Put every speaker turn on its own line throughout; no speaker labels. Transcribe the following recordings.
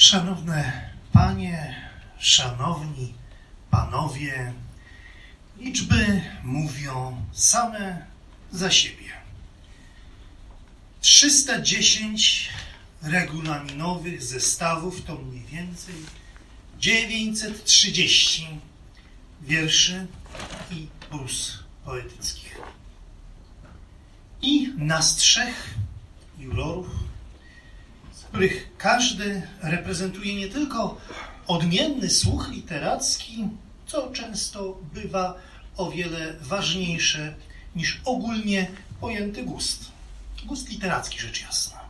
Szanowne panie, szanowni panowie, liczby mówią same za siebie. 310 regulaminowych zestawów to mniej więcej 930 wierszy i prós poetyckich. I nas trzech jurorów, z których każdy reprezentuje nie tylko odmienny słuch literacki, co często bywa o wiele ważniejsze niż ogólnie pojęty gust. Gust literacki, rzecz jasna.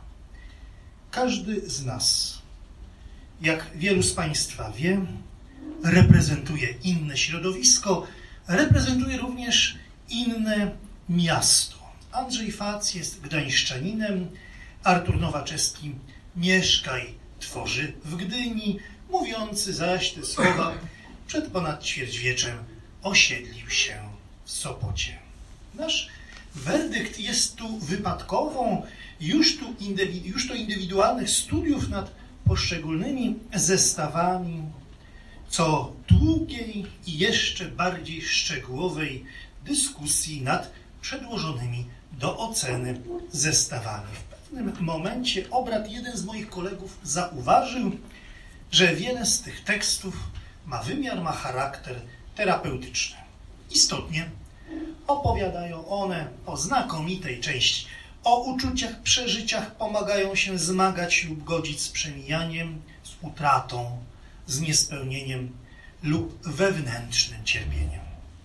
Każdy z nas, jak wielu z państwa wie, reprezentuje inne środowisko, reprezentuje również inne miasto. Andrzej Fac jest gdańszczaninem, Artur Nowaczewski mieszka i tworzy w Gdyni, mówiący zaś te słowa przed ponad ćwierćwieczem osiedlił się w Sopocie. Nasz werdykt jest tu wypadkową już to indywidualnych studiów nad poszczególnymi zestawami, co długiej i jeszcze bardziej szczegółowej dyskusji nad przedłożonymi do oceny zestawami. W pewnym momencie obrad jeden z moich kolegów zauważył, że wiele z tych tekstów ma wymiar, ma charakter terapeutyczny. Istotnie opowiadają one o znakomitej części, o uczuciach, przeżyciach, pomagają się zmagać lub godzić z przemijaniem, z utratą, z niespełnieniem lub wewnętrznym cierpieniem.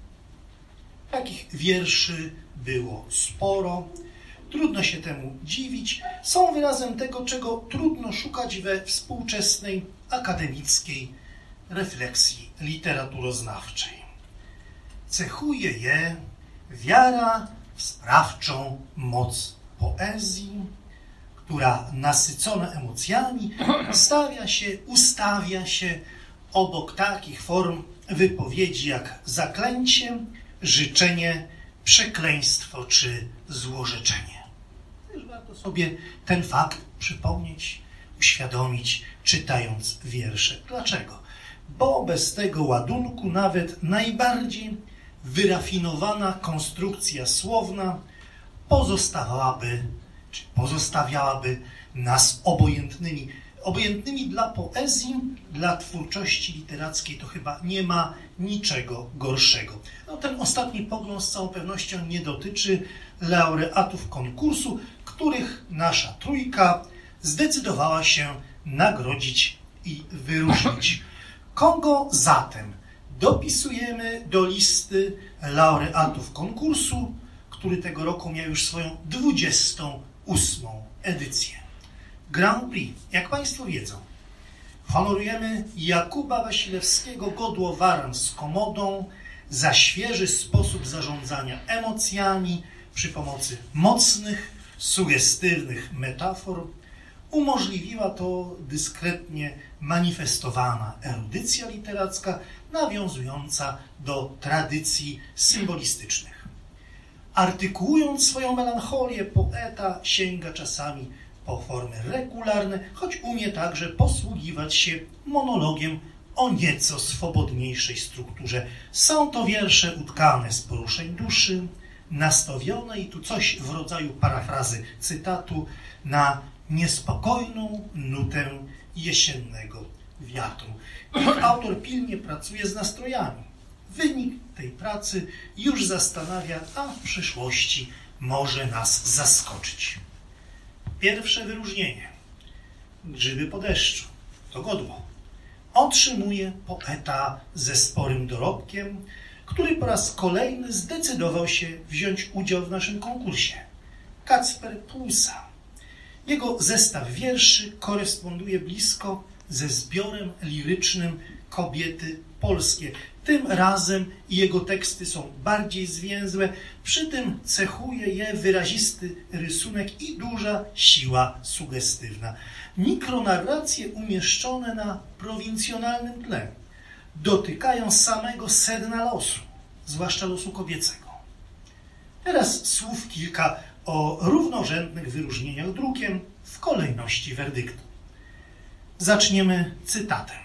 Takich wierszy było sporo, trudno się temu dziwić, są wyrazem tego, czego trudno szukać we współczesnej akademickiej refleksji literaturoznawczej. Cechuje je wiara w sprawczą moc poezji, która nasycona emocjami ustawia się obok takich form wypowiedzi jak zaklęcie, życzenie, przekleństwo czy złorzeczenie. Też warto sobie ten fakt przypomnieć, uświadomić, czytając wiersze. Dlaczego? Bo bez tego ładunku nawet najbardziej wyrafinowana konstrukcja słowna pozostawiałaby nas obojętnymi. Obojętnymi dla poezji, dla twórczości literackiej to chyba nie ma niczego gorszego. No, ten ostatni pogląd z całą pewnością nie dotyczy laureatów konkursu, których nasza trójka zdecydowała się nagrodzić i wyróżnić. Kogo zatem dopisujemy do listy laureatów konkursu, który tego roku miał już swoją 28. edycję? Grand Prix, jak państwo wiedzą, honorujemy Jakuba Wasilewskiego Godło-Waran z Komodą za świeży sposób zarządzania emocjami przy pomocy mocnych, sugestywnych metafor. Umożliwiła to dyskretnie manifestowana erudycja literacka, nawiązująca do tradycji symbolistycznych. Artykułując swoją melancholię, poeta sięga czasami po formy regularne, choć umie także posługiwać się monologiem o nieco swobodniejszej strukturze. Są to wiersze utkane z poruszeń duszy, nastawione, i tu coś w rodzaju parafrazy cytatu, na niespokojną nutę jesiennego wiatru. Autor pilnie pracuje z nastrojami. Wynik tej pracy już zastanawia, a w przyszłości może nas zaskoczyć. Pierwsze wyróżnienie, Grzyby po deszczu, to Godło, otrzymuje poeta ze sporym dorobkiem, który po raz kolejny zdecydował się wziąć udział w naszym konkursie. Kacper Płusa. Jego zestaw wierszy koresponduje blisko ze zbiorem lirycznym Kobiety polskie. Tym razem jego teksty są bardziej zwięzłe, przy tym cechuje je wyrazisty rysunek i duża siła sugestywna. Mikronarracje umieszczone na prowincjonalnym tle dotykają samego sedna losu, zwłaszcza losu kobiecego. Teraz słów kilka o równorzędnych wyróżnieniach drukiem w kolejności werdyktu. Zaczniemy cytatem.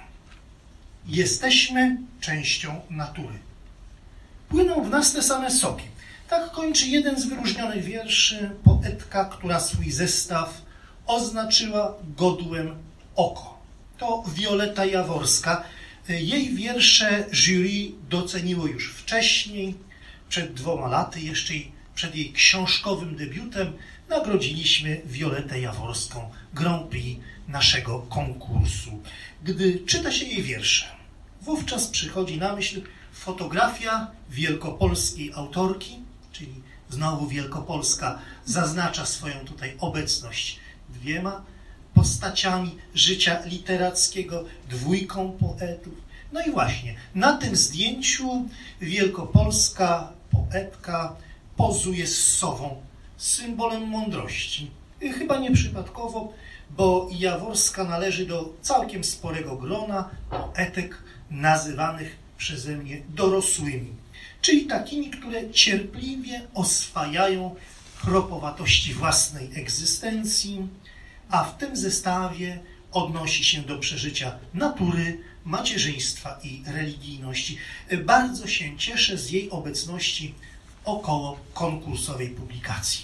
Jesteśmy częścią natury. Płyną w nas te same soki. Tak kończy jeden z wyróżnionych wierszy poetka, która swój zestaw oznaczyła godłem oko. To Wioleta Jaworska. Jej wiersze jury doceniło już wcześniej, przed 2 laty, jeszcze przed jej książkowym debiutem, nagrodziliśmy Violetę Jaworską Grand Prix naszego konkursu. Gdy czyta się jej wiersze, wówczas przychodzi na myśl fotografia wielkopolskiej autorki, czyli znowu Wielkopolska zaznacza swoją tutaj obecność 2 postaciami życia literackiego, 2 poetów. No i właśnie, na tym zdjęciu wielkopolska poetka pozuje z sową, symbolem mądrości. Chyba nieprzypadkowo, bo Jaworska należy do całkiem sporego grona poetek nazywanych przeze mnie dorosłymi, czyli takimi, które cierpliwie oswajają chropowatości własnej egzystencji, a w tym zestawie odnosi się do przeżycia natury, macierzyństwa i religijności. Bardzo się cieszę z jej obecności około konkursowej publikacji.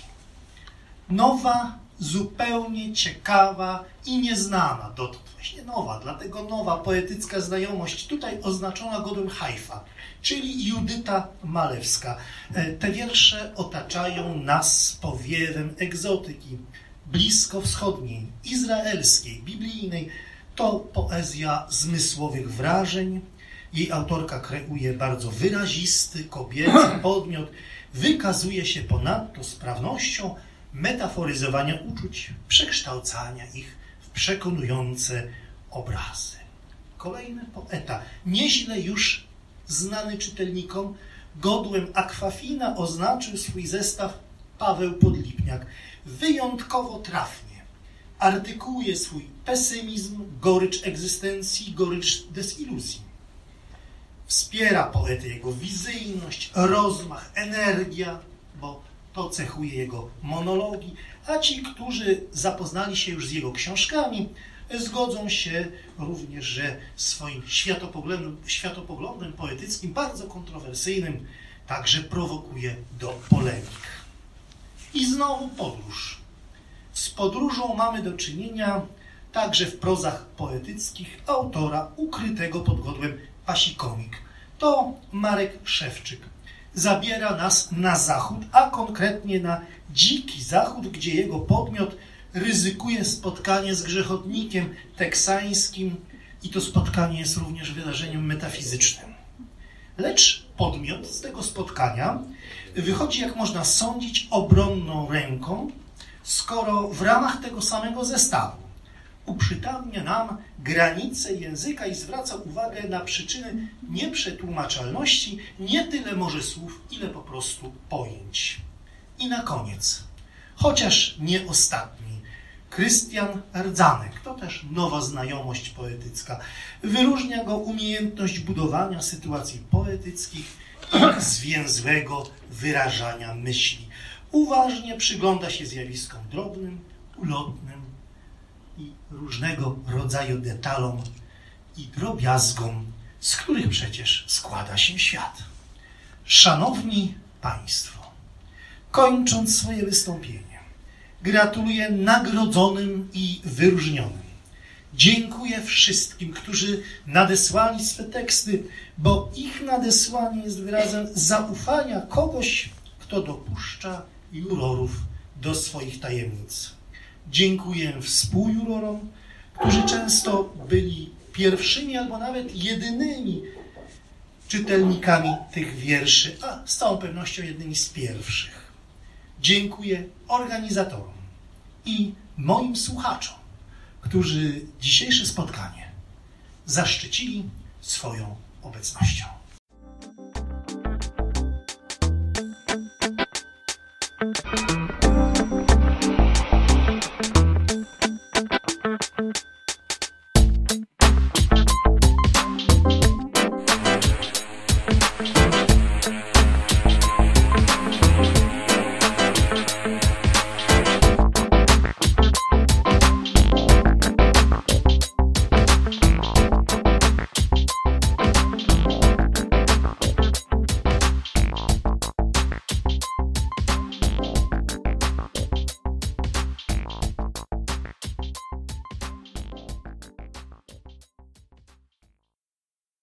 Nowa, zupełnie ciekawa i nieznana dotąd, właśnie nowa, dlatego nowa poetycka znajomość, tutaj oznaczona godłem Haifa, czyli Judyta Malewska. Te wiersze otaczają nas powiewem egzotyki bliskowschodniej, izraelskiej, biblijnej. To poezja zmysłowych wrażeń. Jej autorka kreuje bardzo wyrazisty, kobiecy podmiot. Wykazuje się ponadto sprawnością metaforyzowania uczuć, przekształcania ich w przekonujące obrazy. Kolejny poeta, nieźle już znany czytelnikom, godłem Akwafina oznaczył swój zestaw Paweł Podlipniak. Wyjątkowo trafnie artykułuje swój pesymizm, gorycz egzystencji, gorycz deziluzji. Wspiera poetę jego wizyjność, rozmach, energia, bo to cechuje jego monologi, a ci, którzy zapoznali się już z jego książkami, zgodzą się również, że swoim światopoglądem poetyckim, bardzo kontrowersyjnym, także prowokuje do polemik. I znowu podróż. Z podróżą mamy do czynienia także w prozach poetyckich autora ukrytego pod godłem Pasikomik. To Marek Szewczyk. Zabiera nas na zachód, a konkretnie na dziki zachód, gdzie jego podmiot ryzykuje spotkanie z grzechotnikiem teksańskim i to spotkanie jest również wydarzeniem metafizycznym. Lecz podmiot z tego spotkania wychodzi, jak można sądzić, obronną ręką, skoro w ramach tego samego zestawu uprzytamnia nam granice języka i zwraca uwagę na przyczyny nieprzetłumaczalności nie tyle może słów, ile po prostu pojęć. I na koniec, chociaż nie ostatni, Krystian Rdzanek, to też nowa znajomość poetycka. Wyróżnia go umiejętność budowania sytuacji poetyckich i zwięzłego wyrażania myśli. Uważnie przygląda się zjawiskom drobnym, ulotnym i różnego rodzaju detalom i drobiazgom, z których przecież składa się świat. Szanowni Państwo, kończąc swoje wystąpienie, gratuluję nagrodzonym i wyróżnionym. Dziękuję wszystkim, którzy nadesłali swe teksty, bo ich nadesłanie jest wyrazem zaufania kogoś, kto dopuszcza jurorów do swoich tajemnic. Dziękuję współjurorom, którzy często byli pierwszymi albo nawet jedynymi czytelnikami tych wierszy, a z całą pewnością jednymi z pierwszych. Dziękuję organizatorom i moim słuchaczom, którzy dzisiejsze spotkanie zaszczycili swoją obecnością.